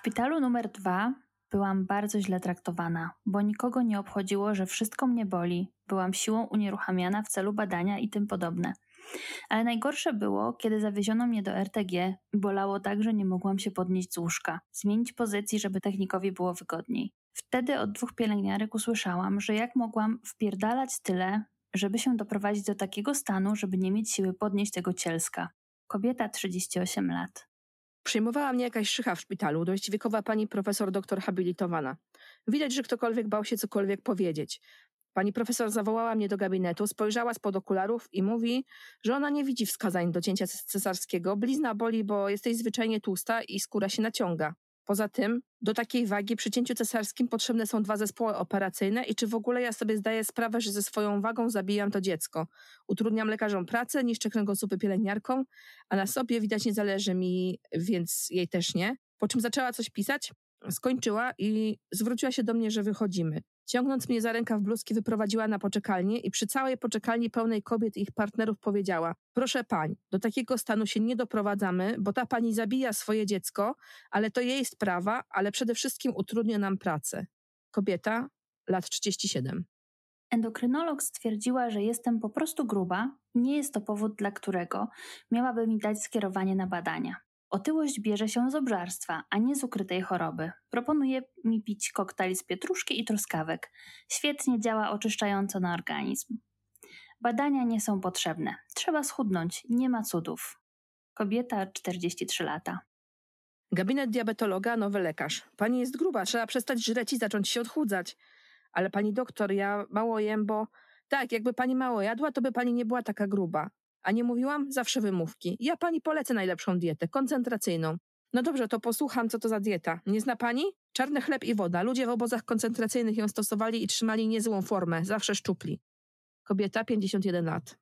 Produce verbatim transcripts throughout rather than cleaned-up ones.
szpitalu numer dwa byłam bardzo źle traktowana, bo nikogo nie obchodziło, że wszystko mnie boli. Byłam siłą unieruchamiana w celu badania i tym podobne. Ale najgorsze było, kiedy zawieziono mnie do er te gie i bolało tak, że nie mogłam się podnieść z łóżka, zmienić pozycji, żeby technikowi było wygodniej. Wtedy od dwóch pielęgniarek usłyszałam, że jak mogłam wpierdalać tyle, żeby się doprowadzić do takiego stanu, żeby nie mieć siły podnieść tego cielska. Kobieta, trzydzieści osiem lat. Przyjmowała mnie jakaś szycha w szpitalu, dość wiekowa pani profesor doktor habilitowana. Widać, że ktokolwiek bał się cokolwiek powiedzieć. Pani profesor zawołała mnie do gabinetu, spojrzała spod okularów i mówi, że ona nie widzi wskazań do cięcia cesarskiego. Blizna boli, bo jesteś zwyczajnie tłusta i skóra się naciąga. Poza tym, do takiej wagi przy cięciu cesarskim potrzebne są dwa zespoły operacyjne i czy w ogóle ja sobie zdaję sprawę, że ze swoją wagą zabijam to dziecko. Utrudniam lekarzom pracę, niszczę kręgosłupy pielęgniarkom, a na sobie widać nie zależy mi, więc jej też nie. Po czym zaczęła coś pisać, skończyła i zwróciła się do mnie, że wychodzimy. Ciągnąc mnie za rękaw bluzki wyprowadziła na poczekalnię i przy całej poczekalni pełnej kobiet i ich partnerów powiedziała: proszę pań, do takiego stanu się nie doprowadzamy, bo ta pani zabija swoje dziecko, ale to jej sprawa, ale przede wszystkim utrudnia nam pracę. Kobieta, lat trzydzieści siedem. Endokrynolog stwierdziła, że jestem po prostu gruba, nie jest to powód, dla którego miałaby mi dać skierowanie na badania. Otyłość bierze się z obżarstwa, a nie z ukrytej choroby. Proponuje mi pić koktajl z pietruszki i truskawek. Świetnie działa oczyszczająco na organizm. Badania nie są potrzebne. Trzeba schudnąć, nie ma cudów. Kobieta, czterdzieści trzy lata. Gabinet diabetologa, nowy lekarz. Pani jest gruba, trzeba przestać żreć i zacząć się odchudzać. Ale pani doktor, ja mało jem, bo... Tak, jakby pani mało jadła, to by pani nie była taka gruba. A nie mówiłam? Zawsze wymówki. Ja pani polecę najlepszą dietę, koncentracyjną. No dobrze, to posłucham, co to za dieta. Nie zna pani? Czarny chleb i woda. Ludzie w obozach koncentracyjnych ją stosowali i trzymali niezłą formę. Zawsze szczupli. Kobieta, pięćdziesiąt jeden lat.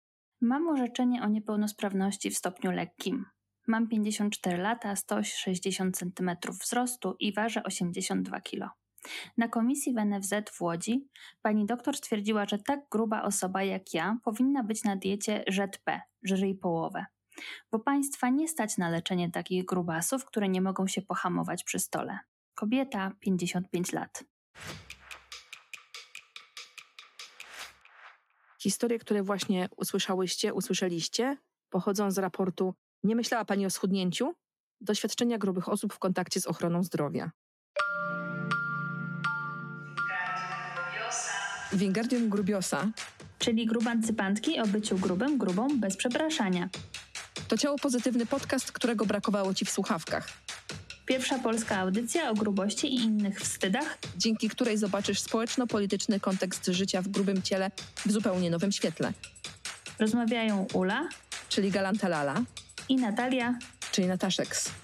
Mam orzeczenie o niepełnosprawności w stopniu lekkim. Mam pięćdziesiąt cztery lata, sto sześćdziesiąt centymetrów wzrostu i ważę osiemdziesiąt dwa kilogramy. Na komisji w en ef zet w Łodzi pani doktor stwierdziła, że tak gruba osoba jak ja powinna być na diecie zet pe, żryj połowę, bo państwa nie stać na leczenie takich grubasów, które nie mogą się pohamować przy stole. Kobieta, pięćdziesiąt pięć lat. Historie, które właśnie usłyszałyście, usłyszeliście, pochodzą z raportu Nie myślała pani o schudnięciu? Doświadczenia grubych osób w kontakcie z ochroną zdrowia. Wingardium Grubiosa, czyli grubancypantki o byciu grubym, grubą, bez przepraszania. To ciało pozytywny podcast, którego brakowało ci w słuchawkach. Pierwsza polska audycja o grubości i innych wstydach, dzięki której zobaczysz społeczno-polityczny kontekst życia w grubym ciele w zupełnie nowym świetle. Rozmawiają Ula, czyli Galanta Lala, i Natalia, czyli Nataszeks.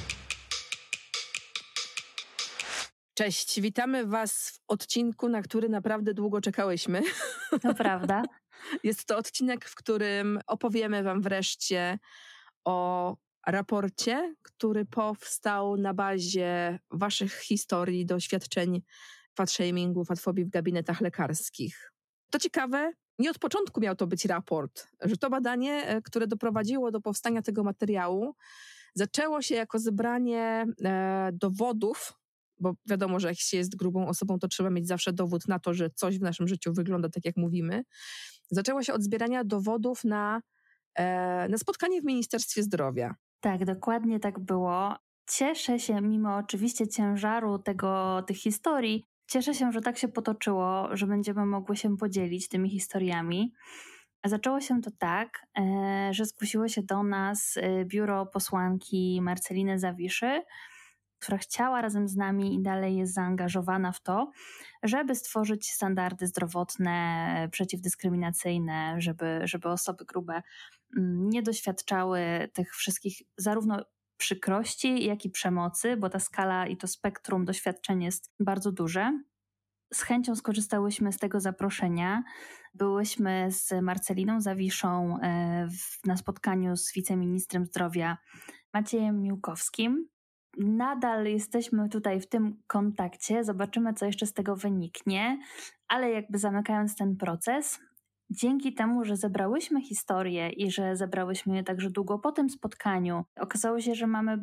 Cześć, witamy Was w odcinku, na który naprawdę długo czekałyśmy. To prawda. Jest to odcinek, w którym opowiemy Wam wreszcie o raporcie, który powstał na bazie Waszych historii, doświadczeń fatshamingu, fatfobii w gabinetach lekarskich. To ciekawe, nie od początku miał to być raport, że to badanie, które doprowadziło do powstania tego materiału, zaczęło się jako zebranie e, dowodów, bo wiadomo, że jak się jest grubą osobą, to trzeba mieć zawsze dowód na to, że coś w naszym życiu wygląda tak, jak mówimy. Zaczęło się od zbierania dowodów na, e, na spotkanie w Ministerstwie Zdrowia. Tak, dokładnie tak było. Cieszę się, mimo oczywiście ciężaru tego, tych historii, cieszę się, że tak się potoczyło, że będziemy mogły się podzielić tymi historiami. Zaczęło się to tak, e, że zgłosiło się do nas biuro posłanki Marceliny Zawiszy, która chciała razem z nami i dalej jest zaangażowana w to, żeby stworzyć standardy zdrowotne, przeciwdyskryminacyjne, żeby, żeby osoby grube nie doświadczały tych wszystkich zarówno przykrości, jak i przemocy, bo ta skala i to spektrum doświadczeń jest bardzo duże. Z chęcią skorzystałyśmy z tego zaproszenia. Byłyśmy z Marceliną Zawiszą na spotkaniu z wiceministrem zdrowia Maciejem Miłkowskim. Nadal jesteśmy tutaj w tym kontakcie, zobaczymy, co jeszcze z tego wyniknie, ale jakby zamykając ten proces, dzięki temu, że zebrałyśmy historię i że zebrałyśmy je także długo po tym spotkaniu, okazało się, że mamy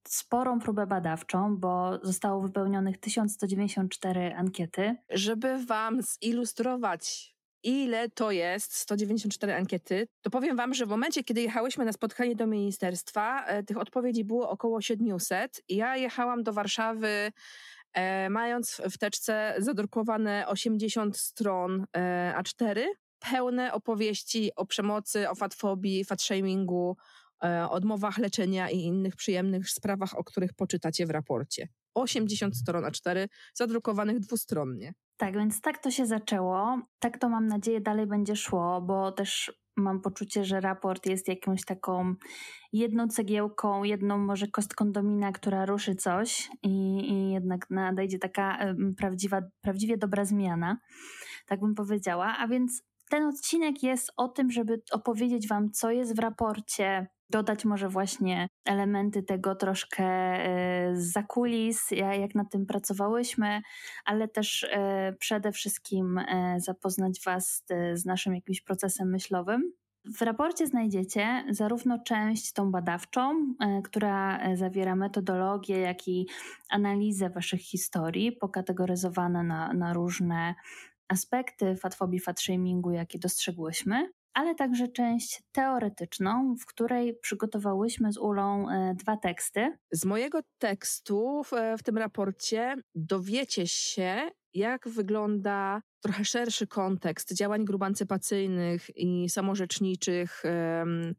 sporą próbę badawczą, bo zostało wypełnionych tysiąc sto dziewięćdziesiąt cztery ankiety. Żeby wam zilustrować, ile to jest sto dziewięćdziesiąt cztery ankiety, to powiem wam, że w momencie, kiedy jechałyśmy na spotkanie do ministerstwa, e, tych odpowiedzi było około siedemset. Ja jechałam do Warszawy e, mając w teczce zadrukowane osiemdziesiąt stron e, A cztery, pełne opowieści o przemocy, o fatfobii, fatshamingu, e, odmowach leczenia i innych przyjemnych sprawach, o których poczytacie w raporcie. osiemdziesiąt stron A cztery zadrukowanych dwustronnie. Tak, więc tak to się zaczęło. Tak to mam nadzieję dalej będzie szło, bo też mam poczucie, że raport jest jakąś taką jedną cegiełką, jedną może kostką domina, która ruszy coś i, i jednak nadejdzie taka um, prawdziwa, prawdziwie dobra zmiana, tak bym powiedziała. A więc ten odcinek jest o tym, żeby opowiedzieć wam, co jest w raporcie, dodać może właśnie elementy tego troszkę zza kulis, jak nad tym pracowałyśmy, ale też przede wszystkim zapoznać was z naszym jakimś procesem myślowym. W raporcie znajdziecie zarówno część tą badawczą, która zawiera metodologię, jak i analizę waszych historii, pokategoryzowane na, na różne aspekty fatfobii, fatshamingu, jakie dostrzegłyśmy, ale także część teoretyczną, w której przygotowałyśmy z Ulą dwa teksty. Z mojego tekstu w, w tym raporcie dowiecie się, jak wygląda trochę szerszy kontekst działań grubancypacyjnych i samorzeczniczych um,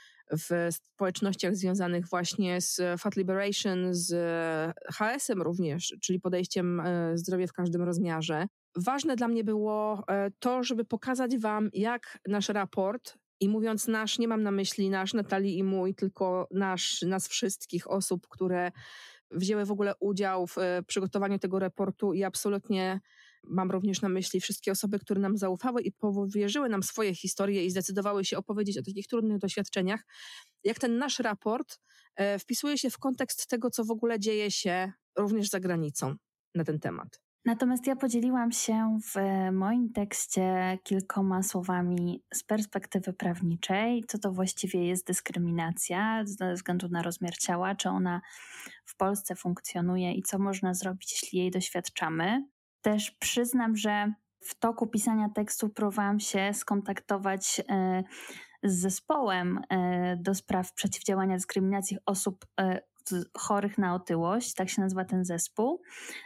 w społecznościach związanych właśnie z Fat Liberation, z H S-em również, czyli podejściem zdrowie w każdym rozmiarze. Ważne dla mnie było to, żeby pokazać wam, jak nasz raport, i mówiąc nasz, nie mam na myśli nasz, Natalii i mój, tylko nasz, nas wszystkich osób, które wzięły w ogóle udział w przygotowaniu tego raportu, i absolutnie mam również na myśli wszystkie osoby, które nam zaufały i powierzyły nam swoje historie i zdecydowały się opowiedzieć o takich trudnych doświadczeniach, jak ten nasz raport wpisuje się w kontekst tego, co w ogóle dzieje się również za granicą na ten temat. Natomiast ja podzieliłam się w moim tekście kilkoma słowami z perspektywy prawniczej, co to właściwie jest dyskryminacja ze względu na rozmiar ciała, czy ona w Polsce funkcjonuje i co można zrobić, jeśli jej doświadczamy. Też przyznam, że w toku pisania tekstu próbowałam się skontaktować z zespołem do spraw przeciwdziałania dyskryminacji osób chorych na otyłość, tak się nazywa ten zespół,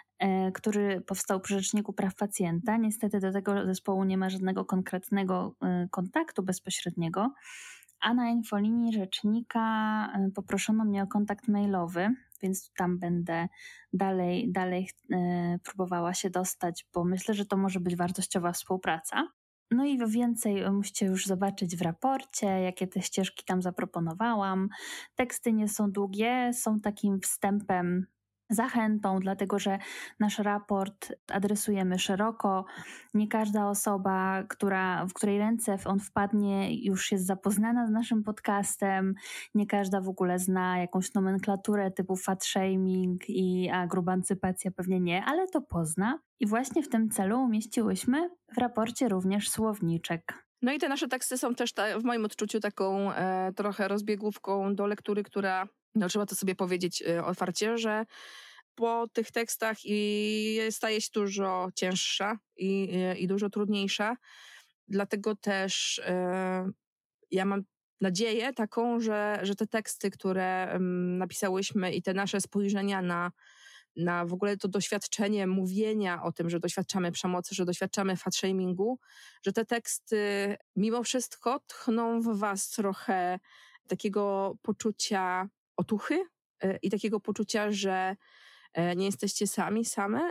który powstał przy Rzeczniku Praw Pacjenta. Niestety do tego zespołu nie ma żadnego konkretnego kontaktu bezpośredniego, a na infolinii Rzecznika poproszono mnie o kontakt mailowy, więc tam będę dalej, dalej próbowała się dostać, bo myślę, że to może być wartościowa współpraca. No i więcej musicie już zobaczyć w raporcie, jakie te ścieżki tam zaproponowałam. Teksty nie są długie, są takim wstępem, zachętą, dlatego że nasz raport adresujemy szeroko. Nie każda osoba, która, w której ręce on wpadnie, już jest zapoznana z naszym podcastem. Nie każda w ogóle zna jakąś nomenklaturę typu fat shaming i a grubancypacja pewnie nie, ale to pozna. I właśnie w tym celu umieściłyśmy w raporcie również słowniczek. No i te nasze teksty są też ta, w moim odczuciu taką e, trochę rozbiegówką do lektury, która, no trzeba to sobie powiedzieć e, otwarcie, że po tych tekstach i staje się dużo cięższa i, i, i dużo trudniejsza. Dlatego też e, ja mam nadzieję taką, że, że te teksty, które um, napisałyśmy i te nasze spojrzenia na na w ogóle to doświadczenie mówienia o tym, że doświadczamy przemocy, że doświadczamy fatshamingu, że te teksty mimo wszystko tchną w was trochę takiego poczucia otuchy i takiego poczucia, że nie jesteście sami, same,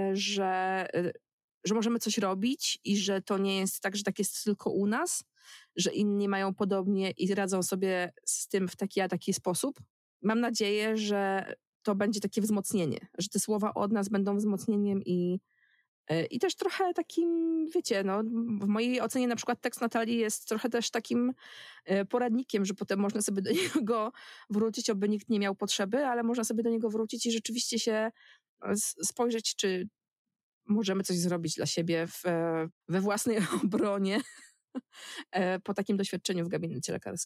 że, że możemy coś robić i że to nie jest tak, że tak jest tylko u nas, że inni mają podobnie i radzą sobie z tym w taki a taki sposób. Mam nadzieję, że to będzie takie wzmocnienie, że te słowa od nas będą wzmocnieniem i, i też trochę takim, wiecie, no, w mojej ocenie na przykład tekst Natalii jest trochę też takim poradnikiem, że potem można sobie do niego wrócić, oby nikt nie miał potrzeby, ale można sobie do niego wrócić i rzeczywiście się spojrzeć, czy możemy coś zrobić dla siebie w, we własnej obronie po takim doświadczeniu w gabinecie lekarskim.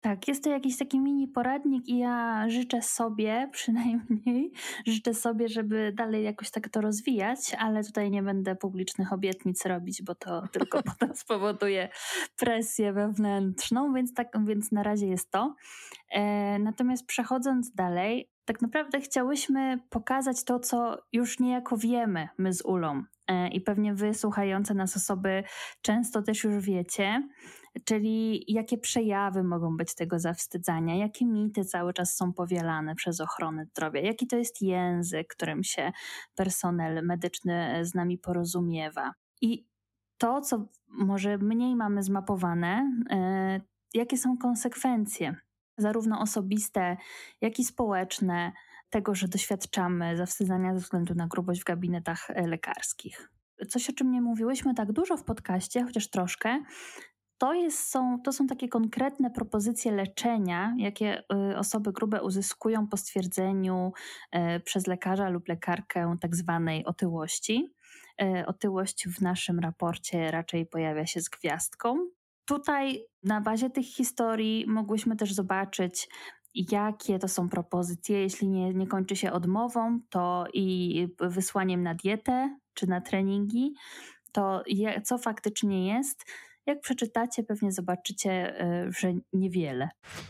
Tak, jest to jakiś taki mini poradnik i ja życzę sobie, przynajmniej, życzę sobie, żeby dalej jakoś tak to rozwijać, ale tutaj nie będę publicznych obietnic robić, bo to tylko potem spowoduje presję wewnętrzną, więc tak, więc na razie jest to. E, natomiast przechodząc dalej, tak naprawdę chciałyśmy pokazać to, co już niejako wiemy my z Ulą e, i pewnie wy słuchające nas osoby często też już wiecie, czyli jakie przejawy mogą być tego zawstydzania, jakie mity cały czas są powielane przez ochronę zdrowia, jaki to jest język, którym się personel medyczny z nami porozumiewa. I to, co może mniej mamy zmapowane, e, jakie są konsekwencje, zarówno osobiste, jak i społeczne, tego, że doświadczamy zawstydzania ze względu na grubość w gabinetach lekarskich. Coś, o czym nie mówiłyśmy tak dużo w podcaście, chociaż troszkę, to, jest, są, to są takie konkretne propozycje leczenia, jakie y, osoby grube uzyskują po stwierdzeniu y, przez lekarza lub lekarkę tak zwanej otyłości. Y, otyłość w naszym raporcie raczej pojawia się z gwiazdką. Tutaj na bazie tych historii mogłyśmy też zobaczyć, jakie to są propozycje. Jeśli nie, nie kończy się odmową, to i wysłaniem na dietę czy na treningi, to je, co faktycznie jest. Jak przeczytacie, pewnie zobaczycie, że niewiele.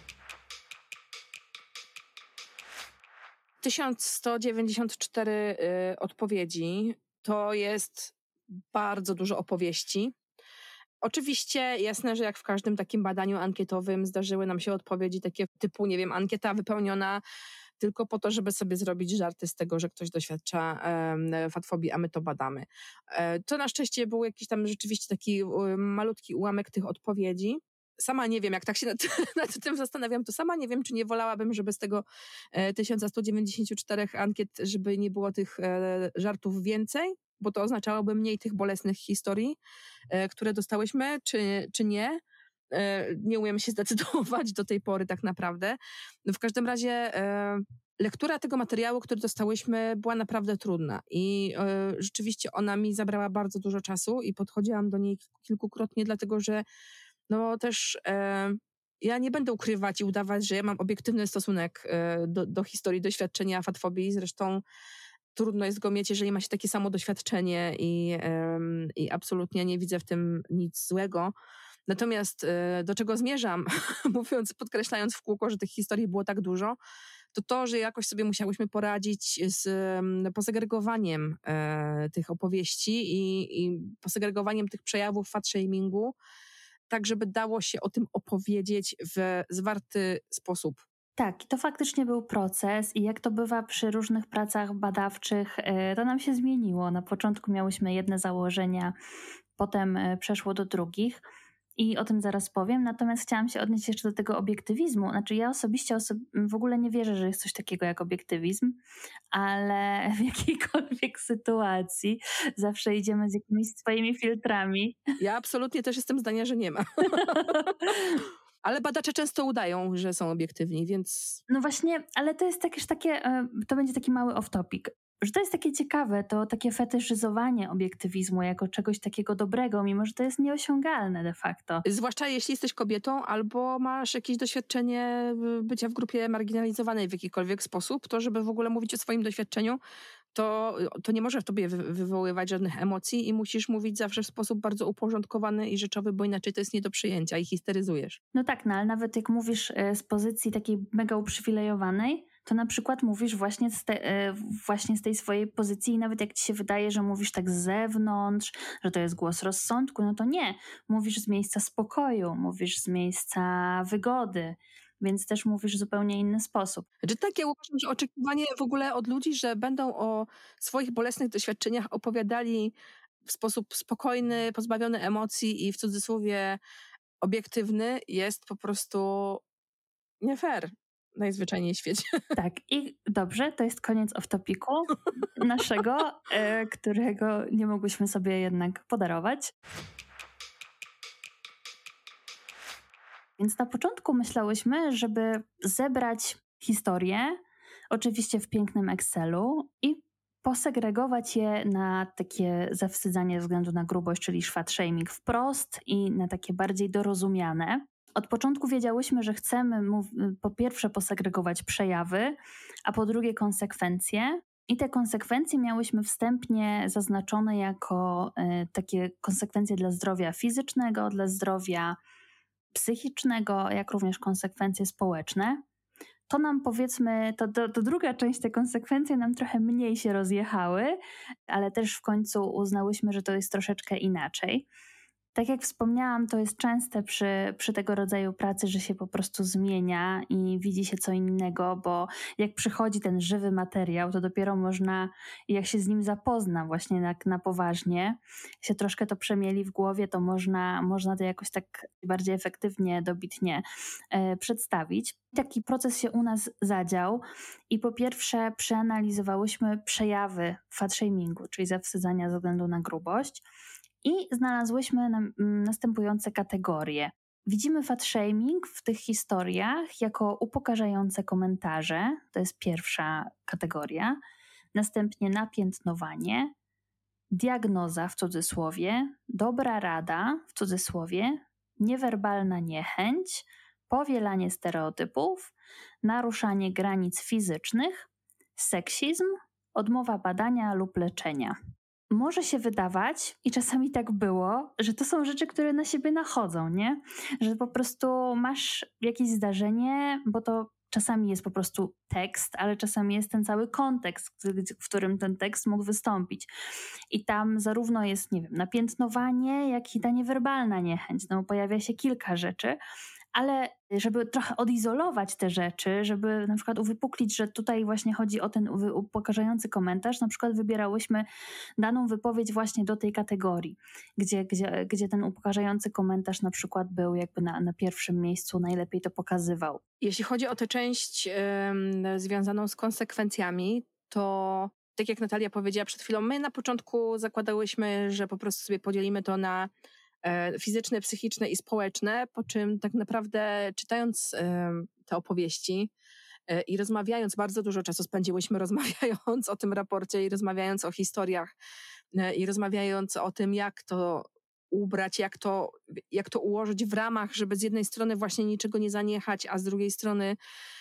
tysiąc sto dziewięćdziesiąt cztery y, odpowiedzi to jest bardzo dużo opowieści. Oczywiście jasne, że jak w każdym takim badaniu ankietowym zdarzyły nam się odpowiedzi takie typu, nie wiem, ankieta wypełniona tylko po to, żeby sobie zrobić żarty z tego, że ktoś doświadcza e, fatfobii, a my to badamy. E, to na szczęście był jakiś tam rzeczywiście taki e, malutki ułamek tych odpowiedzi. Sama nie wiem, jak tak się nad, nad tym zastanawiam, to sama nie wiem, czy nie wolałabym, żeby z tego e, tysiąc sto dziewięćdziesiąt cztery ankiet, żeby nie było tych e, żartów więcej, bo to oznaczałoby mniej tych bolesnych historii, e, które dostałyśmy, czy, czy nie. Nie umiem się zdecydować do tej pory tak naprawdę. W każdym razie e, lektura tego materiału, który dostałyśmy, była naprawdę trudna i e, rzeczywiście ona mi zabrała bardzo dużo czasu i podchodziłam do niej kilkukrotnie, dlatego że no też e, ja nie będę ukrywać i udawać, że ja mam obiektywny stosunek e, do, do historii doświadczenia fatfobii, zresztą trudno jest go mieć, jeżeli ma się takie samo doświadczenie i, e, i absolutnie nie widzę w tym nic złego. Natomiast do czego zmierzam, mówiąc, podkreślając w kółko, że tych historii było tak dużo, to to, że jakoś sobie musiałyśmy poradzić z posegregowaniem e, tych opowieści i, i posegregowaniem tych przejawów fat-shamingu, tak żeby dało się o tym opowiedzieć w zwarty sposób. Tak, to faktycznie był proces i jak to bywa przy różnych pracach badawczych, to nam się zmieniło. Na początku miałyśmy jedne założenia, potem przeszło do drugich. I o tym zaraz powiem, natomiast chciałam się odnieść jeszcze do tego obiektywizmu. Znaczy ja osobiście oso- w ogóle nie wierzę, że jest coś takiego jak obiektywizm, ale w jakiejkolwiek sytuacji zawsze idziemy z jakimiś swoimi filtrami. Ja absolutnie też jestem zdania, że nie ma. Ale badacze często udają, że są obiektywni, więc... No właśnie, ale to jest takież takie, to będzie taki mały off-topic. Że to jest takie ciekawe, to takie fetyszyzowanie obiektywizmu jako czegoś takiego dobrego, mimo że to jest nieosiągalne de facto. Zwłaszcza jeśli jesteś kobietą albo masz jakieś doświadczenie bycia w grupie marginalizowanej w jakikolwiek sposób, to żeby w ogóle mówić o swoim doświadczeniu, to, to nie może w tobie wy- wywoływać żadnych emocji i musisz mówić zawsze w sposób bardzo uporządkowany i rzeczowy, bo inaczej to jest nie do przyjęcia i histeryzujesz. No tak, no ale nawet jak mówisz z pozycji takiej mega uprzywilejowanej, to na przykład mówisz właśnie z, te, właśnie z tej swojej pozycji i nawet jak ci się wydaje, że mówisz tak z zewnątrz, że to jest głos rozsądku, no to nie. Mówisz z miejsca spokoju, mówisz z miejsca wygody, więc też mówisz w zupełnie inny sposób. Znaczy tak, ja uważam, że oczekiwanie w ogóle od ludzi, że będą o swoich bolesnych doświadczeniach opowiadali w sposób spokojny, pozbawiony emocji i w cudzysłowie obiektywny, jest po prostu nie fair. Najzwyczajniej w świecie. Tak, i dobrze, to jest koniec off-topiku naszego, e, którego nie mogłyśmy sobie jednak podarować. Więc na początku myślałyśmy, żeby zebrać historię, oczywiście w pięknym Excelu i posegregować je na takie zawstydzanie ze względu na grubość, czyli fat shaming wprost i na takie bardziej dorozumiane. Od początku wiedziałyśmy, że chcemy mu po pierwsze posegregować przejawy, a po drugie konsekwencje. I te konsekwencje miałyśmy wstępnie zaznaczone jako y, takie konsekwencje dla zdrowia fizycznego, dla zdrowia psychicznego, jak również konsekwencje społeczne. To nam powiedzmy, to, to, to druga część, te konsekwencje nam trochę mniej się rozjechały, ale też w końcu uznałyśmy, że to jest troszeczkę inaczej. Tak jak wspomniałam, to jest częste przy, przy tego rodzaju pracy, że się po prostu zmienia i widzi się co innego, bo jak przychodzi ten żywy materiał, to dopiero można, jak się z nim zapozna właśnie na, na poważnie, się troszkę to przemieli w głowie, to można, można to jakoś tak bardziej efektywnie, dobitnie e, przedstawić. Taki proces się u nas zadział i po pierwsze przeanalizowałyśmy przejawy fatshamingu, czyli zawstydzania ze względu na grubość. I znalazłyśmy na, następujące kategorie. Widzimy fatshaming w tych historiach jako upokarzające komentarze, to jest pierwsza kategoria. Następnie napiętnowanie, diagnoza w cudzysłowie, dobra rada w cudzysłowie, niewerbalna niechęć, powielanie stereotypów, naruszanie granic fizycznych, seksizm, odmowa badania lub leczenia. Może się wydawać, i czasami tak było, że to są rzeczy, które na siebie nachodzą, nie? Że po prostu masz jakieś zdarzenie, bo to czasami jest po prostu tekst, ale czasami jest ten cały kontekst, w którym ten tekst mógł wystąpić. I tam zarówno jest, nie wiem, napiętnowanie, jak i ta niewerbalna niechęć. No, pojawia się kilka rzeczy, ale żeby trochę odizolować te rzeczy, żeby na przykład uwypuklić, że tutaj właśnie chodzi o ten upokarzający komentarz, na przykład wybierałyśmy daną wypowiedź właśnie do tej kategorii, gdzie, gdzie, gdzie ten upokarzający komentarz na przykład był jakby na, na pierwszym miejscu, najlepiej to pokazywał. Jeśli chodzi o tę część yy, związaną z konsekwencjami, to tak jak Natalia powiedziała przed chwilą, my na początku zakładałyśmy, że po prostu sobie podzielimy to na fizyczne, psychiczne i społeczne, po czym tak naprawdę czytając te opowieści i rozmawiając, bardzo dużo czasu spędziłyśmy rozmawiając o tym raporcie i rozmawiając o historiach i rozmawiając o tym, jak to ubrać, jak to, jak to ułożyć w ramach, żeby z jednej strony właśnie niczego nie zaniechać, a z drugiej strony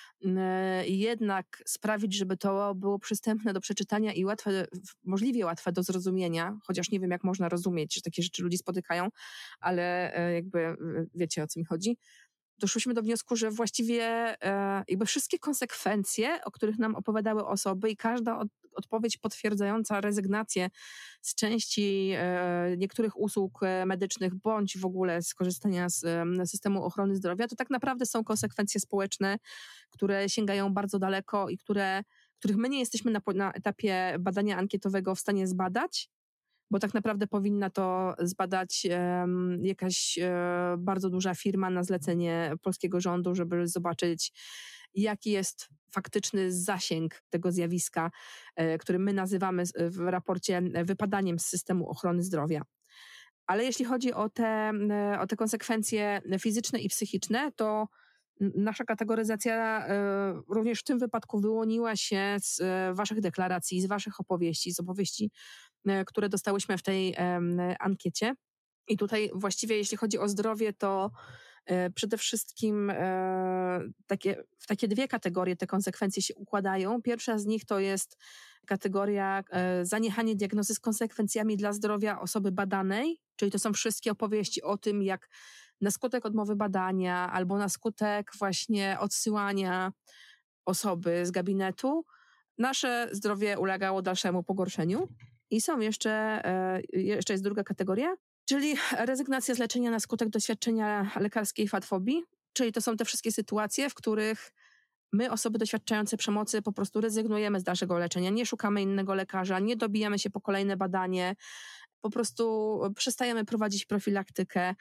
jednak sprawić, żeby to było przystępne do przeczytania i łatwe, możliwie łatwe do zrozumienia, chociaż nie wiem, jak można rozumieć, że takie rzeczy ludzi spotykają, ale jakby wiecie, o co mi chodzi. Doszłyśmy do wniosku, że właściwie jakby wszystkie konsekwencje, o których nam opowiadały osoby i każda od, odpowiedź potwierdzająca rezygnację z części niektórych usług medycznych bądź w ogóle z korzystania z systemu ochrony zdrowia, to tak naprawdę są konsekwencje społeczne, które sięgają bardzo daleko i które, których my nie jesteśmy na, na etapie badania ankietowego w stanie zbadać, bo tak naprawdę powinna to zbadać um, jakaś um, bardzo duża firma na zlecenie polskiego rządu, żeby zobaczyć, jaki jest faktyczny zasięg tego zjawiska, e, który my nazywamy w raporcie wypadaniem z systemu ochrony zdrowia. Ale jeśli chodzi o te, o te konsekwencje fizyczne i psychiczne, to nasza kategoryzacja e, również w tym wypadku wyłoniła się z e, waszych deklaracji, z waszych opowieści, z opowieści, e, które dostałyśmy w tej e, ankiecie. I tutaj właściwie jeśli chodzi o zdrowie, to e, przede wszystkim e, takie, w takie dwie kategorie te konsekwencje się układają. Pierwsza z nich to jest kategoria e, zaniechanie diagnozy z konsekwencjami dla zdrowia osoby badanej, czyli to są wszystkie opowieści o tym, jak na skutek odmowy badania albo na skutek właśnie odsyłania osoby z gabinetu nasze zdrowie ulegało dalszemu pogorszeniu. I są jeszcze, jeszcze jest druga kategoria, czyli rezygnacja z leczenia na skutek doświadczenia lekarskiej fatfobii, czyli to są te wszystkie sytuacje, w których my, osoby doświadczające przemocy, po prostu rezygnujemy z dalszego leczenia, nie szukamy innego lekarza, nie dobijamy się po kolejne badanie, po prostu przestajemy prowadzić profilaktykę.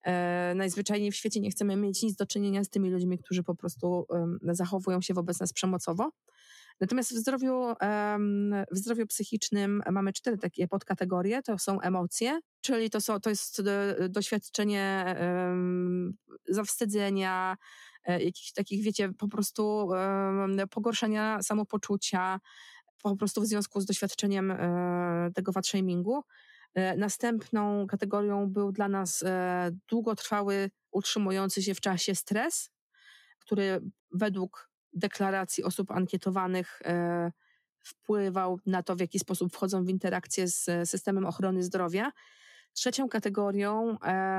E, najzwyczajniej w świecie nie chcemy mieć nic do czynienia z tymi ludźmi, którzy po prostu um, zachowują się wobec nas przemocowo. Natomiast w zdrowiu, um, w zdrowiu psychicznym mamy cztery takie podkategorie. To są emocje, czyli to, są, to jest do, doświadczenie um, zawstydzenia, e, jakichś takich, wiecie, po prostu um, pogorszenia samopoczucia, po prostu w związku z doświadczeniem e, tego fatshamingu. Następną kategorią był dla nas długotrwały, utrzymujący się w czasie stres, który według deklaracji osób ankietowanych wpływał na to, w jaki sposób wchodzą w interakcję z systemem ochrony zdrowia. Trzecią kategorią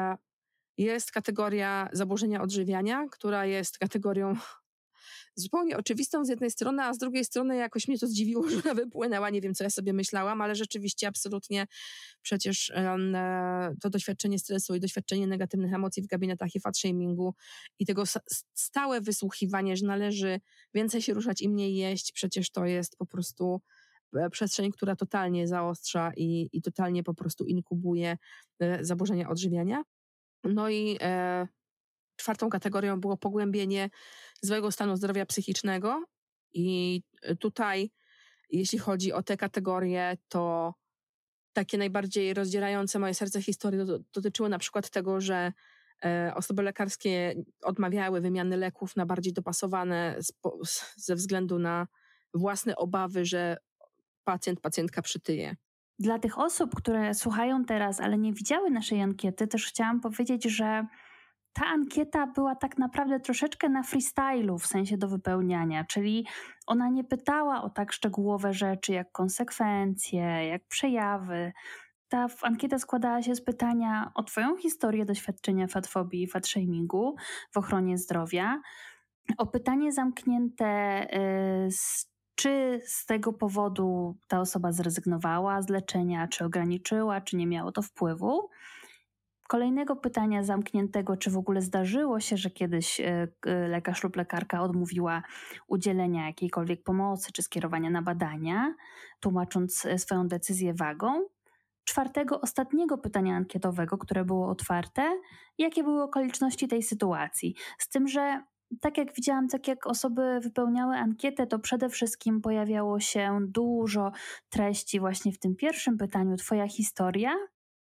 jest kategoria zaburzenia odżywiania, która jest kategorią zupełnie oczywistą z jednej strony, a z drugiej strony jakoś mnie to zdziwiło, że ona wypłynęła. Nie wiem, co ja sobie myślałam, ale rzeczywiście absolutnie przecież um, to doświadczenie stresu i doświadczenie negatywnych emocji w gabinetach i fat-shamingu i tego stałe wysłuchiwanie, że należy więcej się ruszać i mniej jeść, przecież to jest po prostu przestrzeń, która totalnie zaostrza i, i totalnie po prostu inkubuje e, zaburzenia odżywiania. No i e, czwartą kategorią było pogłębienie złego stanu zdrowia psychicznego i tutaj, jeśli chodzi o te kategorie, to takie najbardziej rozdzierające moje serce historie dotyczyły na przykład tego, że e, osoby lekarskie odmawiały wymiany leków na bardziej dopasowane spo, ze względu na własne obawy, że pacjent, pacjentka przytyje. Dla tych osób, które słuchają teraz, ale nie widziały naszej ankiety, też chciałam powiedzieć, że ta ankieta była tak naprawdę troszeczkę na freestylu w sensie do wypełniania, czyli ona nie pytała o tak szczegółowe rzeczy jak konsekwencje, jak przejawy. Ta ankieta składała się z pytania o twoją historię doświadczenia fatfobii i fatshamingu w ochronie zdrowia, o pytanie zamknięte z czy z tego powodu ta osoba zrezygnowała z leczenia, czy ograniczyła, czy nie miało to wpływu. Kolejnego pytania zamkniętego, czy w ogóle zdarzyło się, że kiedyś lekarz lub lekarka odmówiła udzielenia jakiejkolwiek pomocy, czy skierowania na badania, tłumacząc swoją decyzję wagą. Czwartego, ostatniego pytania ankietowego, które było otwarte, jakie były okoliczności tej sytuacji. Z tym, że tak jak widziałam, tak jak osoby wypełniały ankietę, to przede wszystkim pojawiało się dużo treści właśnie w tym pierwszym pytaniu, twoja historia,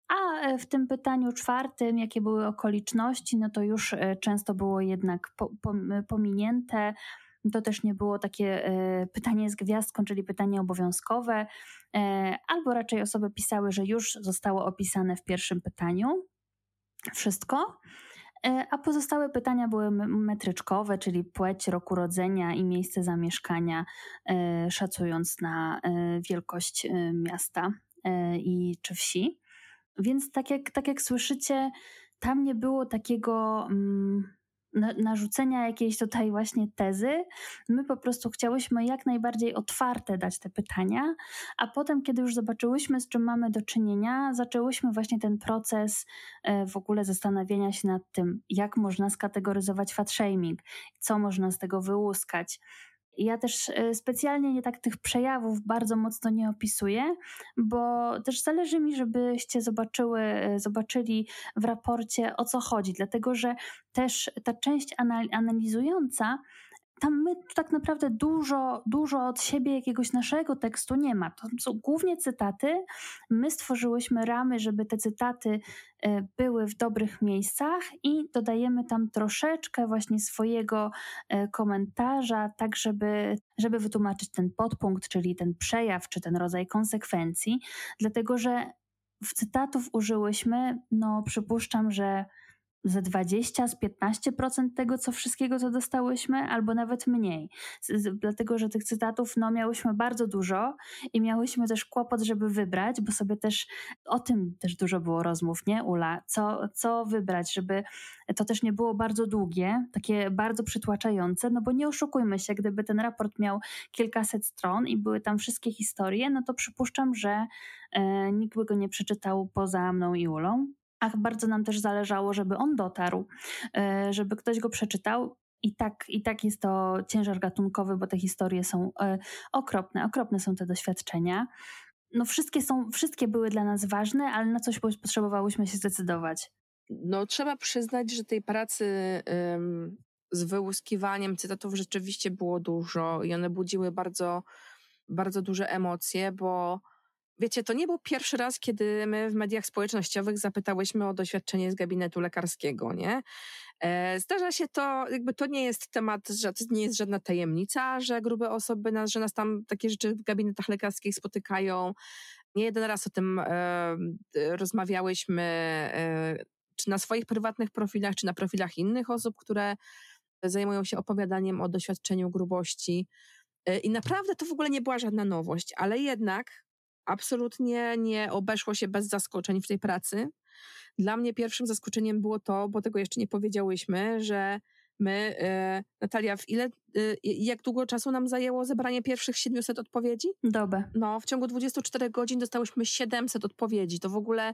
a w tym pytaniu czwartym, jakie były okoliczności, no to już często było jednak po, po, pominięte. To też nie było takie pytanie z gwiazdką, czyli pytanie obowiązkowe, albo raczej osoby pisały, że już zostało opisane w pierwszym pytaniu wszystko. A pozostałe pytania były metryczkowe, czyli płeć, rok urodzenia i miejsce zamieszkania, szacując na wielkość miasta i czy wsi. Więc tak jak, tak jak słyszycie, tam nie było takiego mm, na, narzucenia jakiejś tutaj właśnie tezy. My po prostu chciałyśmy jak najbardziej otwarte dać te pytania, a potem, kiedy już zobaczyłyśmy, z czym mamy do czynienia, zaczęłyśmy właśnie ten proces e, w ogóle zastanawiania się nad tym, jak można skategoryzować fatshaming, co można z tego wyłuskać. Ja też specjalnie nie tak tych przejawów bardzo mocno nie opisuję, bo też zależy mi, żebyście zobaczyły, zobaczyli w raporcie, o co chodzi, dlatego że też ta część analizująca, tam my tak naprawdę dużo, dużo od siebie jakiegoś naszego tekstu nie ma. To są głównie cytaty. My stworzyłyśmy ramy, żeby te cytaty były w dobrych miejscach i dodajemy tam troszeczkę właśnie swojego komentarza, tak żeby, żeby wytłumaczyć ten podpunkt, czyli ten przejaw, czy ten rodzaj konsekwencji. Dlatego, że w cytatów użyłyśmy, no przypuszczam, że ze dwadzieścia, z piętnaście procent tego, co wszystkiego, co dostałyśmy, albo nawet mniej. Z, z, dlatego, że tych cytatów no, miałyśmy bardzo dużo i miałyśmy też kłopot, żeby wybrać, bo sobie też o tym też dużo było rozmów, nie Ula? Co, co wybrać, żeby to też nie było bardzo długie, takie bardzo przytłaczające, no bo nie oszukujmy się, gdyby ten raport miał kilkaset stron i były tam wszystkie historie, no to przypuszczam, że e, nikt by go nie przeczytał poza mną i Ulą. Ach, bardzo nam też zależało, żeby on dotarł, żeby ktoś go przeczytał. I tak, i tak jest to ciężar gatunkowy, bo te historie są okropne, okropne są te doświadczenia. No wszystkie są, wszystkie były dla nas ważne, ale na coś potrzebowałyśmy się zdecydować. No trzeba przyznać, że tej pracy ym, z wyłuskiwaniem cytatów rzeczywiście było dużo i one budziły bardzo, bardzo duże emocje, bo wiecie, to nie był pierwszy raz, kiedy my w mediach społecznościowych zapytałyśmy o doświadczenie z gabinetu lekarskiego, nie? E, zdarza się to, jakby to nie jest temat, że to nie jest żadna tajemnica, że grube osoby, nas, że nas tam takie rzeczy w gabinetach lekarskich spotykają. Nie jeden raz o tym e, rozmawiałyśmy, e, czy na swoich prywatnych profilach, czy na profilach innych osób, które zajmują się opowiadaniem o doświadczeniu grubości. E, I naprawdę to w ogóle nie była żadna nowość, ale jednak absolutnie nie obeszło się bez zaskoczeń w tej pracy. Dla mnie pierwszym zaskoczeniem było to, bo tego jeszcze nie powiedziałyśmy, że my, e, Natalia, w ile, e, jak długo czasu nam zajęło zebranie pierwszych siedmiuset odpowiedzi? Dobę. No, w ciągu dwudziestu czterech godzin dostałyśmy siedemset odpowiedzi. To w ogóle,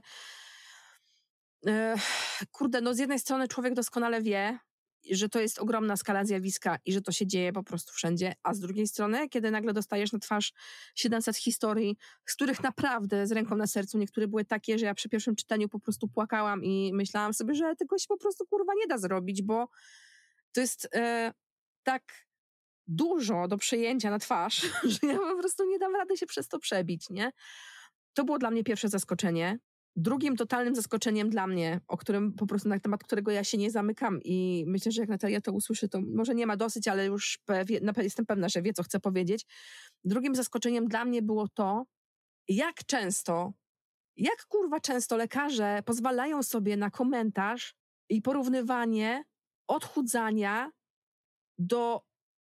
e, kurde, no z jednej strony człowiek doskonale wie, że to jest ogromna skala zjawiska i że to się dzieje po prostu wszędzie, a z drugiej strony, kiedy nagle dostajesz na twarz siedemset historii, z których naprawdę z ręką na sercu niektóre były takie, że ja przy pierwszym czytaniu po prostu płakałam i myślałam sobie, że tego się po prostu kurwa nie da zrobić, bo to jest e, tak dużo do przejęcia na twarz, że ja po prostu nie dam rady się przez to przebić, nie? To było dla mnie pierwsze zaskoczenie. Drugim totalnym zaskoczeniem dla mnie, o którym po prostu na temat którego ja się nie zamykam i myślę, że jak Natalia to usłyszy, to może nie ma dosyć, ale już pewie, jestem pewna, że wie, co chcę powiedzieć. Drugim zaskoczeniem dla mnie było to, jak często, jak kurwa często lekarze pozwalają sobie na komentarz i porównywanie odchudzania do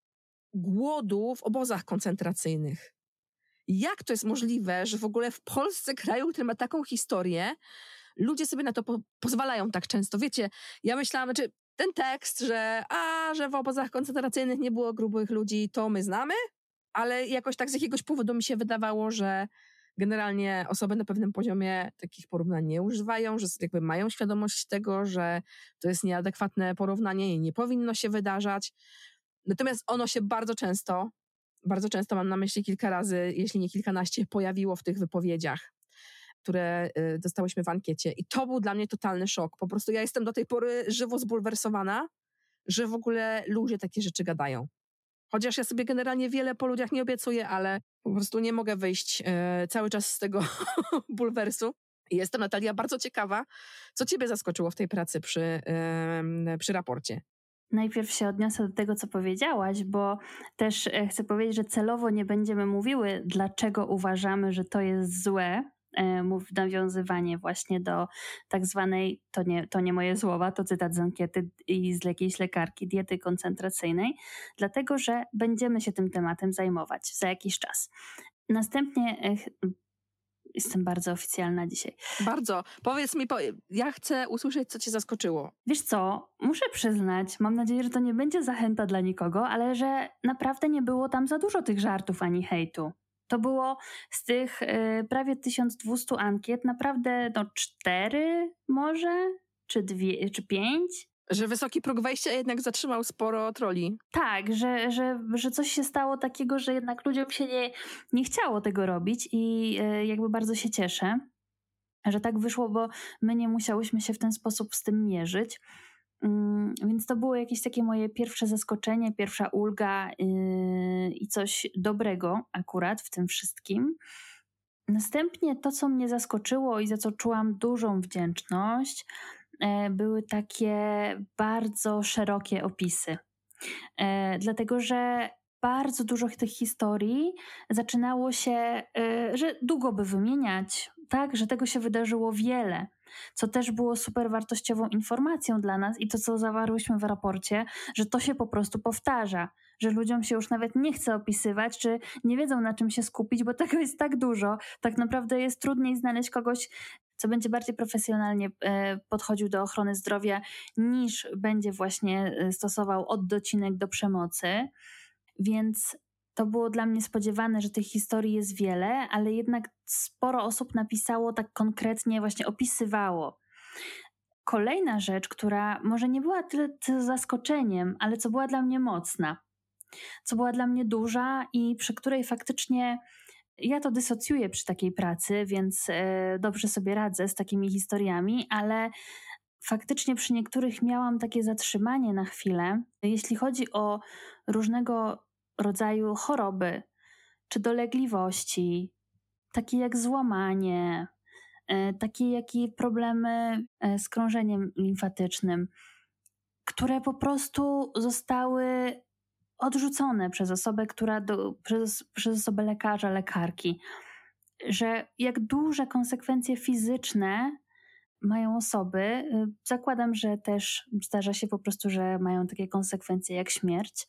głodu w obozach koncentracyjnych. Jak to jest możliwe, że w ogóle w Polsce, kraju, który ma taką historię, ludzie sobie na to po- pozwalają tak często? Wiecie, ja myślałam, znaczy ten tekst, że a, że w obozach koncentracyjnych nie było grubych ludzi, to my znamy, ale jakoś tak z jakiegoś powodu mi się wydawało, że generalnie osoby na pewnym poziomie takich porównań nie używają, że jakby mają świadomość tego, że to jest nieadekwatne porównanie i nie powinno się wydarzać. Natomiast ono się bardzo często, bardzo często mam na myśli kilka razy, jeśli nie kilkanaście, pojawiło w tych wypowiedziach, które y, dostałyśmy w ankiecie. I to był dla mnie totalny szok. Po prostu ja jestem do tej pory żywo zbulwersowana, że w ogóle ludzie takie rzeczy gadają. Chociaż ja sobie generalnie wiele po ludziach nie obiecuję, ale po prostu nie mogę wyjść y, cały czas z tego bulwersu. I jestem, Natalia, bardzo ciekawa, co ciebie zaskoczyło w tej pracy przy, y, przy raporcie. Najpierw się odniosę do tego, co powiedziałaś, bo też chcę powiedzieć, że celowo nie będziemy mówiły, dlaczego uważamy, że to jest złe, mów nawiązywanie właśnie do tak zwanej, to nie, to nie moje słowa, to cytat z ankiety i z jakiejś lekarki, diety koncentracyjnej, dlatego, że będziemy się tym tematem zajmować za jakiś czas. Następnie jestem bardzo oficjalna dzisiaj. Bardzo. Powiedz mi, ja chcę usłyszeć, co cię zaskoczyło. Wiesz co, muszę przyznać, mam nadzieję, że to nie będzie zachęta dla nikogo, ale że naprawdę nie było tam za dużo tych żartów ani hejtu. To było z tych y, prawie tysiąc dwieście ankiet, naprawdę no cztery może, czy dwie, czy pięć. Że wysoki próg wejścia jednak zatrzymał sporo troli. Tak, że, że, że coś się stało takiego, że jednak ludziom się nie, nie chciało tego robić i y, jakby bardzo się cieszę, że tak wyszło, bo my nie musiałyśmy się w ten sposób z tym mierzyć. Mm, więc to było jakieś takie moje pierwsze zaskoczenie, pierwsza ulga yy, i coś dobrego akurat w tym wszystkim. Następnie to, co mnie zaskoczyło i za co czułam dużą wdzięczność, yy, były takie bardzo szerokie opisy. Yy, dlatego, że bardzo dużo tych historii zaczynało się, yy, że długo by wymieniać, tak, że tego się wydarzyło wiele, co też było super wartościową informacją dla nas i to, co zawarłyśmy w raporcie, że to się po prostu powtarza, że ludziom się już nawet nie chce opisywać, czy nie wiedzą, na czym się skupić, bo tego jest tak dużo. Tak naprawdę jest trudniej znaleźć kogoś, co będzie bardziej profesjonalnie podchodził do ochrony zdrowia, niż będzie właśnie stosował oddocinek do przemocy. Więc to było dla mnie spodziewane, że tych historii jest wiele, ale jednak sporo osób napisało tak konkretnie, właśnie opisywało. Kolejna rzecz, która może nie była tyle zaskoczeniem, ale co była dla mnie mocna, co była dla mnie duża i przy której faktycznie ja to dysocjuję przy takiej pracy, więc dobrze sobie radzę z takimi historiami, ale faktycznie przy niektórych miałam takie zatrzymanie na chwilę. Jeśli chodzi o różnego rodzaju choroby czy dolegliwości, takie jak złamanie, takie jak i problemy z krążeniem limfatycznym, które po prostu zostały odrzucone przez osobę, która do, przez, przez osobę lekarza, lekarki. że jak duże konsekwencje fizyczne mają osoby. Zakładam, że też zdarza się po prostu, że mają takie konsekwencje jak śmierć,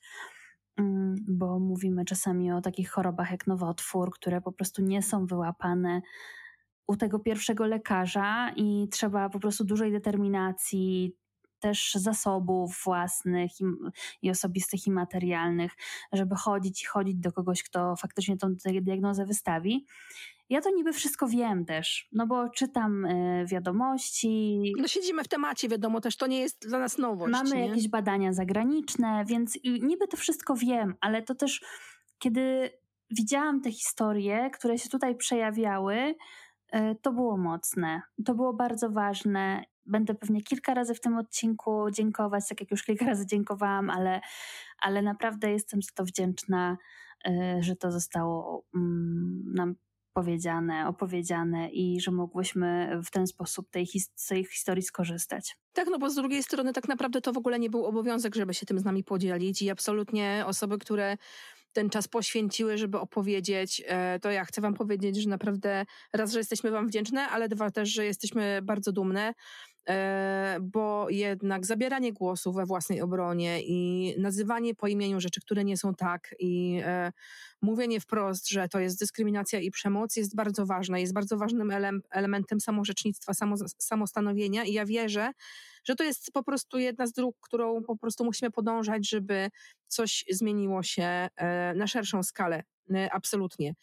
bo mówimy czasami o takich chorobach jak nowotwór, które po prostu nie są wyłapane u tego pierwszego lekarza i trzeba po prostu dużej determinacji, też zasobów własnych i, i osobistych i materialnych, żeby chodzić i chodzić do kogoś, kto faktycznie tą diagnozę wystawi. Ja to niby wszystko wiem też, no bo czytam y, wiadomości. No siedzimy w temacie, wiadomo, też to nie jest dla nas nowość. Mamy nie? jakieś badania zagraniczne, więc niby to wszystko wiem, ale to też, kiedy widziałam te historie, które się tutaj przejawiały, y, to było mocne. To było bardzo ważne. Będę pewnie kilka razy w tym odcinku dziękować, tak jak już kilka razy dziękowałam, ale, ale naprawdę jestem za to wdzięczna, y, że to zostało mm, nam powiedziane, opowiedziane i że mogłyśmy w ten sposób tej, his- z tej historii skorzystać. Tak, no bo z drugiej strony tak naprawdę to w ogóle nie był obowiązek, żeby się tym z nami podzielić i absolutnie osoby, które ten czas poświęciły, żeby opowiedzieć, to ja chcę wam powiedzieć, że naprawdę raz, że jesteśmy wam wdzięczne, ale dwa też, że jesteśmy bardzo dumne, bo jednak zabieranie głosu we własnej obronie i nazywanie po imieniu rzeczy, które nie są tak i mówienie wprost, że to jest dyskryminacja i przemoc jest bardzo ważne, jest bardzo ważnym ele- elementem samorzecznictwa, samo, samostanowienia i ja wierzę, że to jest po prostu jedna z dróg, którą po prostu musimy podążać, żeby coś zmieniło się na szerszą skalę. Absolutnie.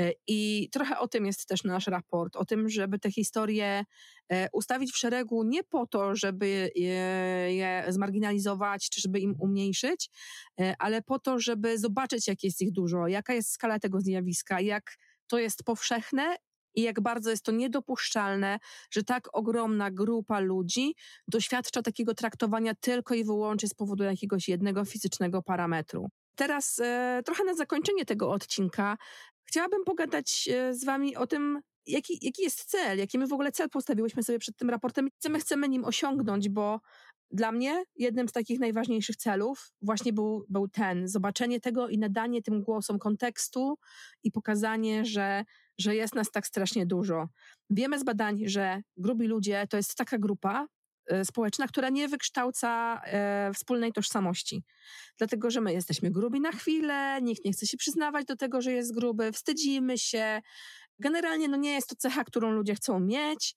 I trochę o tym jest też nasz raport, o tym, żeby te historie ustawić w szeregu nie po to, żeby je zmarginalizować, czy żeby im umniejszyć, ale po to, żeby zobaczyć, jak jest ich dużo, jaka jest skala tego zjawiska, jak to jest powszechne i jak bardzo jest to niedopuszczalne, że tak ogromna grupa ludzi doświadcza takiego traktowania tylko i wyłącznie z powodu jakiegoś jednego fizycznego parametru. Teraz e, trochę na zakończenie tego odcinka chciałabym pogadać e, z wami o tym, jaki, jaki jest cel, jaki my w ogóle cel postawiłyśmy sobie przed tym raportem i co my chcemy nim osiągnąć, bo dla mnie jednym z takich najważniejszych celów właśnie był, był ten, zobaczenie tego i nadanie tym głosom kontekstu i pokazanie, że, że jest nas tak strasznie dużo. Wiemy z badań, że grubi ludzie to jest taka grupa e, społeczna, która nie wykształca e, wspólnej tożsamości. Dlatego, że my jesteśmy grubi na chwilę, nikt nie chce się przyznawać do tego, że jest gruby, wstydzimy się. Generalnie no nie jest to cecha, którą ludzie chcą mieć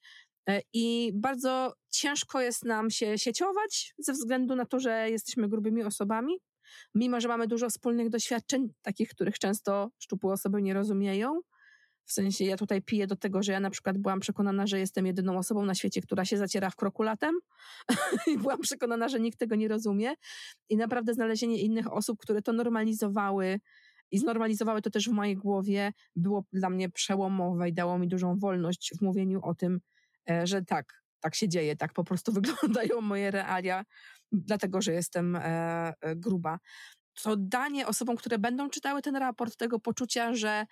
i bardzo ciężko jest nam się sieciować ze względu na to, że jesteśmy grubymi osobami, mimo że mamy dużo wspólnych doświadczeń, takich, których często szczupłe osoby nie rozumieją. W sensie ja tutaj piję do tego, że ja na przykład byłam przekonana, że jestem jedyną osobą na świecie, która się zaciera w kroku latem i byłam przekonana, że nikt tego nie rozumie i naprawdę znalezienie innych osób, które to normalizowały i znormalizowały to też w mojej głowie, było dla mnie przełomowe i dało mi dużą wolność w mówieniu o tym, że tak, tak się dzieje, tak po prostu wyglądają moje realia, dlatego, że jestem e, gruba. To danie osobom, które będą czytały ten raport, tego poczucia, że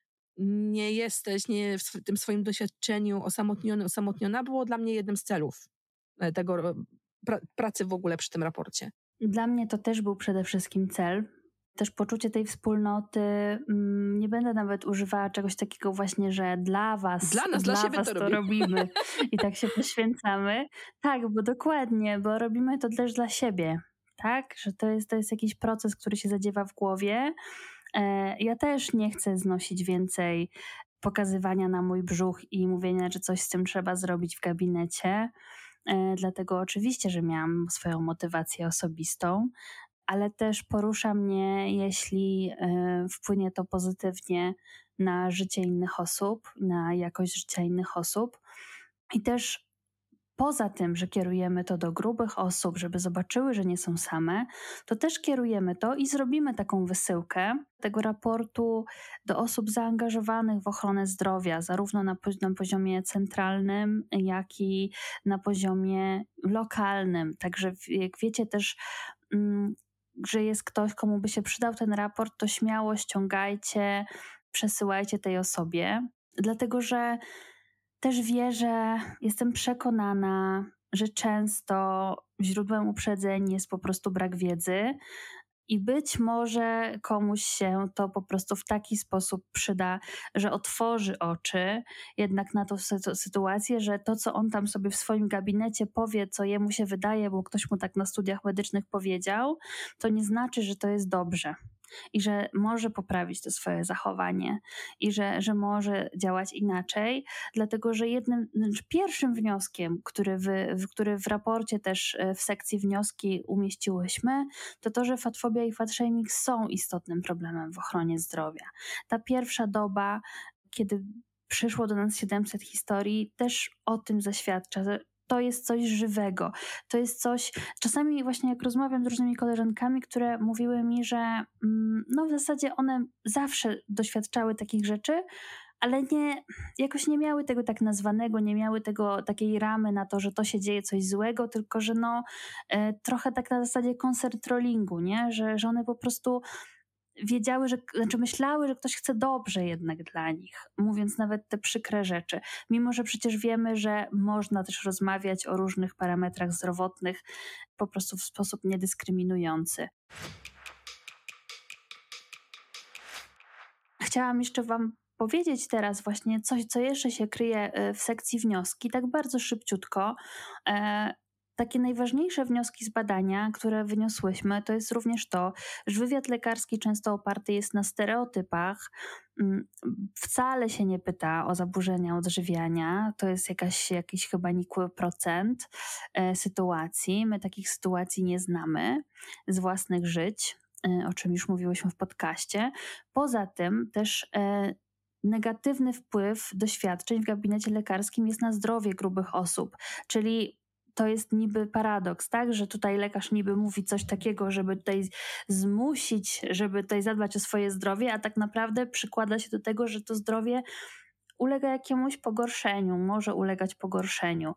nie jesteś nie w tym swoim doświadczeniu osamotniony, osamotniona, było dla mnie jednym z celów tego pra, pracy w ogóle przy tym raporcie. Dla mnie to też był przede wszystkim cel. Też poczucie tej wspólnoty. Nie będę nawet używała czegoś takiego właśnie, że dla was, dla, nas, dla dla siebie was to, to robimy. robimy i tak się poświęcamy. Tak, bo dokładnie, bo robimy to też dla siebie. Tak, że to jest, to jest jakiś proces, który się zadziewa w głowie. Ja też nie chcę znosić więcej pokazywania na mój brzuch i mówienia, że coś z tym trzeba zrobić w gabinecie. Dlatego oczywiście, że miałam swoją motywację osobistą, ale też porusza mnie, jeśli wpłynie to pozytywnie na życie innych osób, na jakość życia innych osób. I też poza tym, że kierujemy to do grubych osób, żeby zobaczyły, że nie są same, to też kierujemy to i zrobimy taką wysyłkę tego raportu do osób zaangażowanych w ochronę zdrowia, zarówno na, na poziomie centralnym, jak i na poziomie lokalnym. Także jak wiecie też, mm, że jest ktoś, komu by się przydał ten raport, to śmiało ściągajcie, przesyłajcie tej osobie, dlatego że też wierzę, jestem przekonana, że często źródłem uprzedzeń jest po prostu brak wiedzy I być może komuś się to po prostu w taki sposób przyda, że otworzy oczy jednak na tą sy- sytuację, że to, co on tam sobie w swoim gabinecie powie, co jemu się wydaje, bo ktoś mu tak na studiach medycznych powiedział, to nie znaczy, że to jest dobrze. I że może poprawić to swoje zachowanie i że, że może działać inaczej, dlatego że jednym, znaczy pierwszym wnioskiem, który, wy, który w raporcie też w sekcji wnioski umieściłyśmy, to to, że fatfobia i fatshaming są istotnym problemem w ochronie zdrowia. Ta pierwsza doba, kiedy przyszło do nas siedemset historii, też o tym zaświadcza. To jest coś żywego. To jest coś, czasami właśnie jak rozmawiam z różnymi koleżankami, które mówiły mi, że no w zasadzie one zawsze doświadczały takich rzeczy, ale nie, jakoś nie miały tego tak nazwanego, nie miały tego takiej ramy na to, że to się dzieje coś złego, tylko że no e, trochę tak na zasadzie concert trollingu, nie? Że, że one po prostu wiedziały, że, znaczy myślały, że ktoś chce dobrze jednak dla nich, mówiąc nawet te przykre rzeczy. Mimo że przecież wiemy, że można też rozmawiać o różnych parametrach zdrowotnych po prostu w sposób niedyskryminujący. Chciałam jeszcze wam powiedzieć teraz właśnie coś, co jeszcze się kryje w sekcji wnioski, tak bardzo szybciutko. E, Takie najważniejsze wnioski z badania, które wyniosłyśmy, to jest również to, że wywiad lekarski często oparty jest na stereotypach. Wcale się nie pyta o zaburzenia odżywiania. To jest jakaś, jakiś chyba nikły procent e, sytuacji. My takich sytuacji nie znamy z własnych żyć, e, o czym już mówiłyśmy w podcaście. Poza tym też e, negatywny wpływ doświadczeń w gabinecie lekarskim jest na zdrowie grubych osób, czyli to jest niby paradoks, tak, że tutaj lekarz niby mówi coś takiego, żeby tutaj zmusić, żeby tutaj zadbać o swoje zdrowie, a tak naprawdę przykłada się do tego, że to zdrowie ulega jakiemuś pogorszeniu, może ulegać pogorszeniu.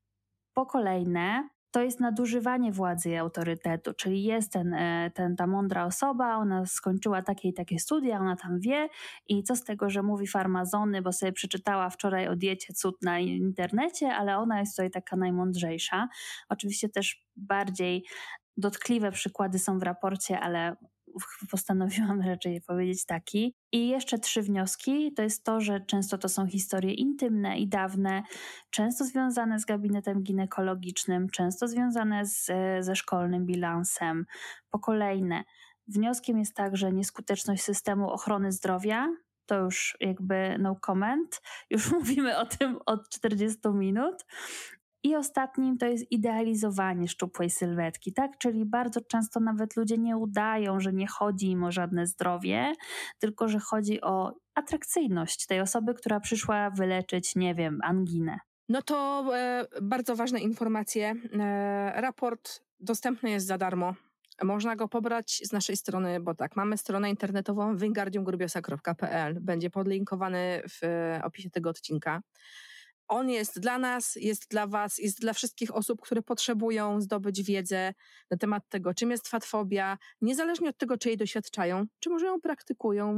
Po kolejne, to jest nadużywanie władzy i autorytetu, czyli jest ten, ten, ta mądra osoba, ona skończyła takie i takie studia, ona tam wie i co z tego, że mówi farmazony, bo sobie przeczytała wczoraj o diecie cud na internecie, ale ona jest tutaj taka najmądrzejsza. Oczywiście też bardziej dotkliwe przykłady są w raporcie, ale postanowiłam raczej powiedzieć taki. I jeszcze trzy wnioski. To jest to, że często to są historie intymne i dawne, często związane z gabinetem ginekologicznym, często związane z, ze szkolnym bilansem. Po kolejne, wnioskiem jest także nieskuteczność systemu ochrony zdrowia. To już jakby no comment. Już mówimy o tym od czterdziestu minut. I ostatnim to jest idealizowanie szczupłej sylwetki, tak? Czyli bardzo często nawet ludzie nie udają, że nie chodzi im o żadne zdrowie, tylko że chodzi o atrakcyjność tej osoby, która przyszła wyleczyć, nie wiem, anginę. No to e, bardzo ważne informacje. E, raport dostępny jest za darmo. Można go pobrać z naszej strony, bo tak, mamy stronę internetową wingardium grubiosa kropka p l. Będzie podlinkowany w opisie tego odcinka. On jest dla nas, jest dla was, jest dla wszystkich osób, które potrzebują zdobyć wiedzę na temat tego, czym jest fatfobia, niezależnie od tego, czy jej doświadczają, czy może ją praktykują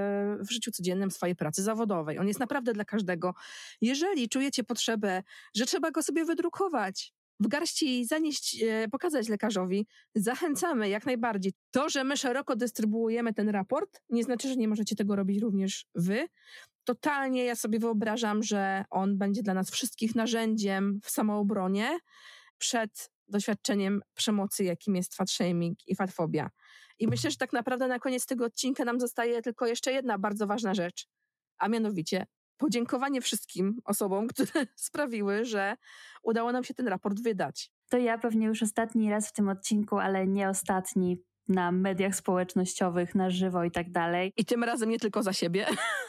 w życiu codziennym swojej pracy zawodowej. On jest naprawdę dla każdego. Jeżeli czujecie potrzebę, że trzeba go sobie wydrukować, w garści zanieść, pokazać lekarzowi, zachęcamy jak najbardziej. To, że my szeroko dystrybuujemy ten raport, nie znaczy, że nie możecie tego robić również wy. Totalnie ja sobie wyobrażam, że on będzie dla nas wszystkich narzędziem w samoobronie przed doświadczeniem przemocy, jakim jest fatshaming i fatfobia. I myślę, że tak naprawdę na koniec tego odcinka nam zostaje tylko jeszcze jedna bardzo ważna rzecz, a mianowicie podziękowanie wszystkim osobom, które sprawiły, że udało nam się ten raport wydać. To ja pewnie już ostatni raz w tym odcinku, ale nie ostatni na mediach społecznościowych, na żywo i tak dalej. I tym razem nie tylko za siebie.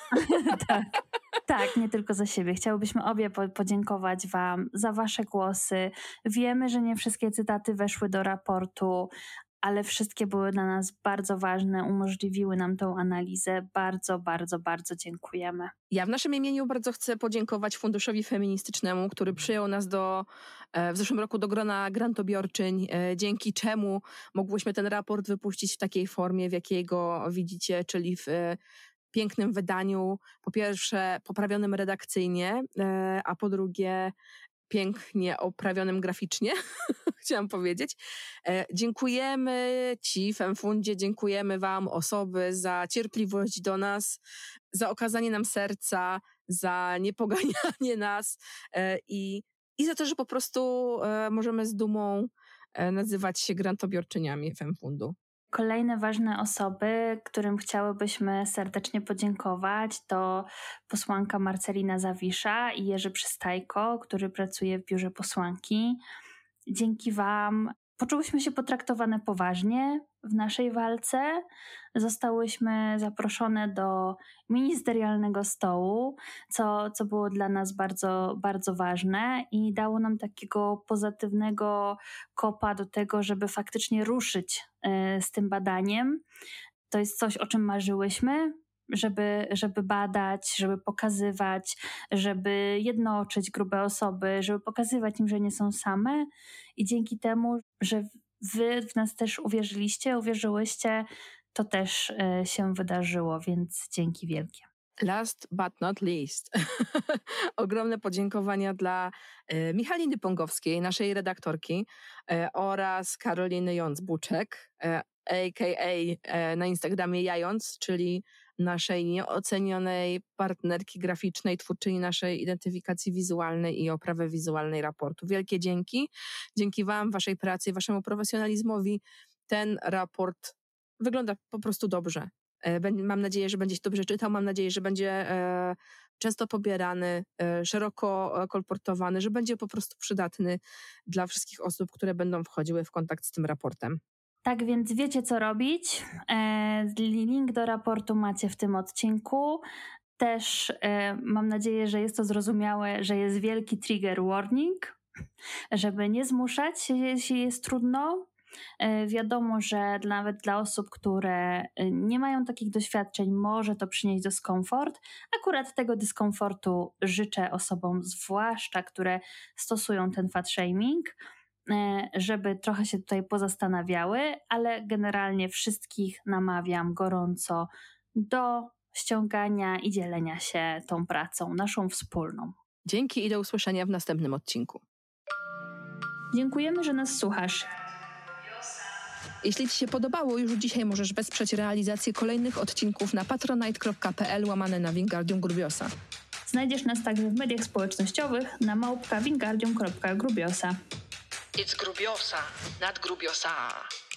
Tak. Tak, nie tylko za siebie. Chciałybyśmy obie podziękować wam za wasze głosy. Wiemy, że nie wszystkie cytaty weszły do raportu, ale wszystkie były dla nas bardzo ważne, umożliwiły nam tą analizę. Bardzo, bardzo, bardzo dziękujemy. Ja w naszym imieniu bardzo chcę podziękować Funduszowi Feministycznemu, który przyjął nas do, w zeszłym roku do grona grantobiorczyń, dzięki czemu mogłyśmy ten raport wypuścić w takiej formie, w jakiej go widzicie, czyli w pięknym wydaniu, po pierwsze poprawionym redakcyjnie, a po drugie pięknie oprawionym graficznie, chciałam powiedzieć. E, dziękujemy Ci, Femfundzie, dziękujemy Wam, osoby, za cierpliwość do nas, za okazanie nam serca, za niepoganianie nas e, i, i za to, że po prostu e, możemy z dumą e, nazywać się grantobiorczyniami Femfundu. Kolejne ważne osoby, którym chciałybyśmy serdecznie podziękować, to posłanka Marcelina Zawisza i Jerzy Przystajko, który pracuje w biurze posłanki. Dzięki Wam poczułyśmy się potraktowane poważnie w naszej walce. Zostałyśmy zaproszone do ministerialnego stołu, co, co było dla nas bardzo, bardzo ważne i dało nam takiego pozytywnego kopa do tego, żeby faktycznie ruszyć y, z tym badaniem. To jest coś, o czym marzyłyśmy, żeby, żeby badać, żeby pokazywać, żeby jednoczyć grube osoby, żeby pokazywać im, że nie są same i dzięki temu, że wy w nas też uwierzyliście, uwierzyłyście, to też y, się wydarzyło, więc dzięki wielkie. Last but not least, ogromne podziękowania dla e, Michaliny Pongowskiej, naszej redaktorki e, oraz Karoliny Jąc-Buczek, e, a k a e, na Instagramie Jając, czyli naszej nieocenionej partnerki graficznej, twórczyni naszej identyfikacji wizualnej i oprawy wizualnej raportu. Wielkie dzięki. Dzięki Wam, Waszej pracy, Waszemu profesjonalizmowi ten raport wygląda po prostu dobrze. Mam nadzieję, że będzie się dobrze czytał, mam nadzieję, że będzie e, często pobierany, e, szeroko kolportowany, że będzie po prostu przydatny dla wszystkich osób, które będą wchodziły w kontakt z tym raportem. Tak więc wiecie, co robić. E, link do raportu macie w tym odcinku. Też e, mam nadzieję, że jest to zrozumiałe, że jest wielki trigger warning, żeby nie zmuszać, jeśli jest trudno. Wiadomo, że nawet dla osób, które nie mają takich doświadczeń, może to przynieść dyskomfort. Akurat tego dyskomfortu życzę osobom, zwłaszcza które stosują ten fat shaming, żeby trochę się tutaj pozastanawiały, ale generalnie wszystkich namawiam gorąco do ściągania i dzielenia się tą pracą, naszą wspólną. Dzięki i do usłyszenia w następnym odcinku. Dziękujemy, że nas słuchasz. Jeśli Ci się podobało, już dzisiaj możesz wesprzeć realizację kolejnych odcinków na patronite.pl łamane na Wingardium Grubiosa. Znajdziesz nas także w mediach społecznościowych na małpka wingardium kropka grubiosa. It's Grubiosa, not Grubiosa.